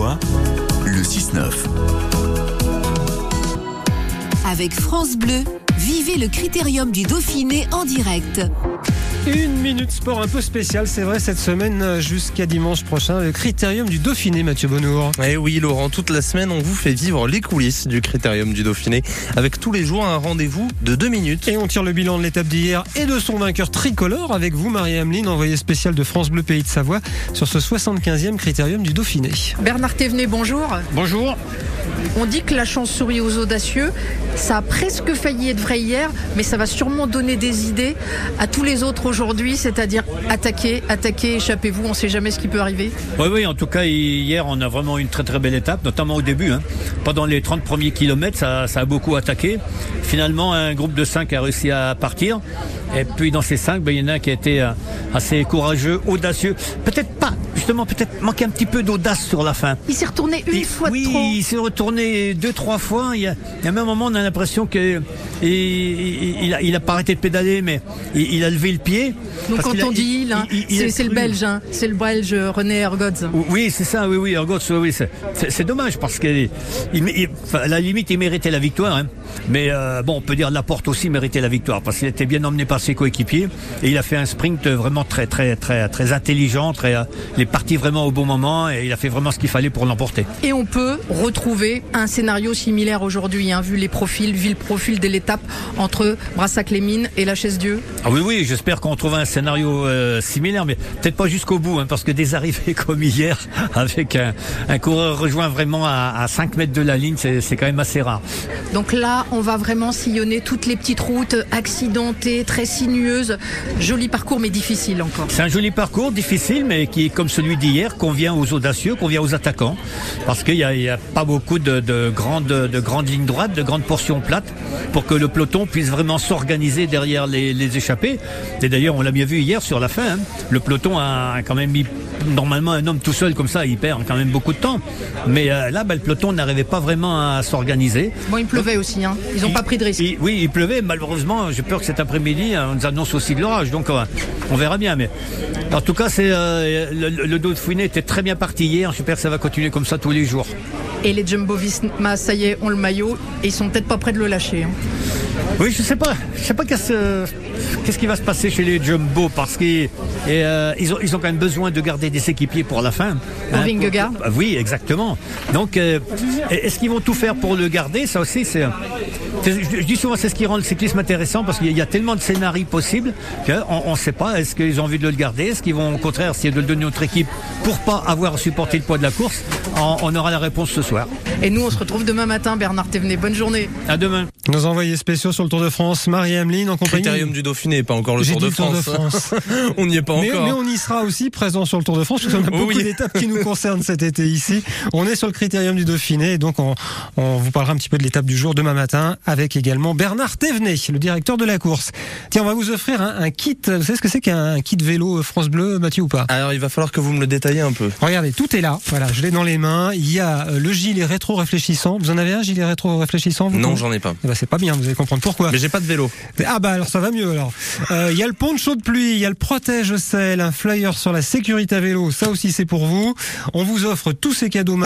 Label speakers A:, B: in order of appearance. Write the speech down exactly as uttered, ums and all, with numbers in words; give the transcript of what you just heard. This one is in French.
A: Savoie, le six neuf.
B: Avec France Bleu, vivez le Critérium du Dauphiné en direct.
C: Une minute sport un peu spéciale, c'est vrai, cette semaine jusqu'à dimanche prochain, le Critérium du Dauphiné, Mathieu Bonnour.
D: Eh oui, Laurent, toute la semaine, on vous fait vivre les coulisses du Critérium du Dauphiné, avec tous les jours un rendez-vous de deux minutes.
C: Et on tire le bilan de l'étape d'hier et de son vainqueur tricolore avec vous, Marie-Ameline, envoyée spéciale de France Bleu Pays de Savoie, sur ce soixante-quinzième Critérium du Dauphiné.
E: Bernard Thévenet, bonjour.
C: Bonjour.
E: On dit que la chance sourit aux audacieux. Ça a presque failli être vrai hier, mais ça va sûrement donner des idées à tous les autres aujourd'hui, c'est-à-dire attaquer, attaquer, échappez-vous, on ne sait jamais ce qui peut arriver.
F: Oui, oui, en tout cas, hier, on a vraiment une très très belle étape, notamment au début. Hein. Pendant les trente premiers kilomètres, ça, ça a beaucoup attaqué. Finalement, un groupe de cinq a réussi à partir. Et puis dans ces cinq, ben, il y en a un qui a été assez courageux, audacieux. Peut-être pas, justement, peut-être manquer un petit peu d'audace sur la fin.
E: Il s'est retourné une
F: et,
E: fois
F: oui,
E: de trop.
F: Oui, il s'est retourné deux, trois fois. Il y a, il y a même un moment, on a l'impression qu'il il a, il a pas arrêté de pédaler, mais il, il a levé le pied.
E: Donc quand
F: a,
E: on dit il, hein, il, il c'est, c'est le Belge, hein, c'est le Belge René Ergots.
F: Oui, c'est ça, oui, oui, Ergots, oui, oui, c'est, c'est, c'est dommage parce qu'à la limite, il méritait la victoire. Hein. Mais euh, bon, on peut dire Laporte aussi méritait la victoire parce qu'il était bien emmené par ses coéquipiers et il a fait un sprint vraiment très, très, très, très intelligent. Très, euh, il est parti vraiment au bon moment et il a fait vraiment ce qu'il fallait pour l'emporter.
E: Et on peut retrouver un scénario similaire aujourd'hui, hein, vu les profils, vu le profil de l'étape entre Brassac-les-Mines et la Chaise-Dieu.
F: Ah oui, oui, j'espère qu'on trouve un scénario euh, similaire, mais peut-être pas jusqu'au bout, hein, parce que des arrivées comme hier, avec un, un coureur rejoint vraiment à, à cinq mètres de la ligne, c'est, c'est quand même assez rare.
E: Donc là, on va vraiment sillonner toutes les petites routes accidentées, très sinueuses. Joli parcours, mais difficile encore.
F: C'est un joli parcours, difficile, mais qui, comme celui d'hier, convient aux audacieux, convient aux attaquants, parce qu'il n'y a, a pas beaucoup de, de, grandes, de grandes lignes droites, de grandes portions plates, pour que le peloton puisse vraiment s'organiser derrière les, les échappés. Et d'ailleurs, on l'a bien vu hier sur la fin, hein, le peloton a quand même mis, normalement un homme tout seul comme ça, il perd quand même beaucoup de temps. Mais euh, là, bah, le peloton n'arrivait pas vraiment à s'organiser.
E: Bon, il pleuvait donc, aussi, hein. Ils n'ont pas pris de risque.
F: Il, oui, il pleuvait. Malheureusement, j'ai peur que cet après-midi, on nous annonce aussi de l'orage. Donc, euh, on verra bien. Mais en tout cas, c'est, euh, le, le Dauphiné était très bien parti hier. J'espère que ça va continuer comme ça tous les jours.
E: Et les Jumbo-Visma, ça y est, ont le maillot et ils sont peut-être pas prêts de le lâcher. Hein.
F: Oui, je sais pas. Je sais pas qu'est-ce, qu'est-ce qui va se passer chez les Jumbo parce qu'ils euh, ils ont, ils ont quand même besoin de garder des équipiers pour la fin.
E: Pour hein, Vingegaard.
F: Pour, oui, exactement. Donc, euh, est-ce qu'ils vont tout faire pour le garder? Ça aussi, c'est, c'est. Je dis souvent, c'est ce qui rend le cyclisme intéressant parce qu'il y a tellement de scénarios possibles qu'on ne sait pas. Est-ce qu'ils ont envie de le garder? Est-ce qu'ils vont, au contraire, essayer de le donner à notre équipe pour pas avoir supporté le poids de la course? On, on aura la réponse ce soir.
E: Et nous, on se retrouve demain matin, Bernard Thévenet. Bonne journée.
F: À demain.
C: Nos envoyés spéciaux sur le Tour de France, Marie-Ameline en compagnie.
D: Critérium du Dauphiné, pas encore le Tour de,
C: Tour de
D: France.
C: France.
D: On n'y est pas
C: mais,
D: encore.
C: Mais on y sera aussi présent sur le Tour de France, parce qu'on a beaucoup
D: oui.
C: d'étapes qui nous concernent cet été ici. On est sur le Critérium du Dauphiné, et donc on, on vous parlera un petit peu de l'étape du jour demain matin, avec également Bernard Thévenet, le directeur de la course. Tiens, on va vous offrir un, un kit. Vous savez ce que c'est qu'un kit vélo France Bleu, Mathieu, ou pas?
D: Alors, il va falloir que vous me le détaillez un peu.
C: Regardez, tout est là. Voilà, je l'ai dans les mains. Il y a le gilet rétro-réfléchissant. Vous en avez un gilet rétro-réfléchissant vous
D: Non, j'en ai pas.
C: Eh ben, c'est pas bien, vous allez comprendre pourquoi.
D: Mais j'ai pas de vélo.
C: Ah bah alors ça va mieux alors. Euh, il y a le poncho de pluie, il y a le protège-sel, un flyer sur la sécurité à vélo, ça aussi c'est pour vous. On vous offre tous ces cadeaux.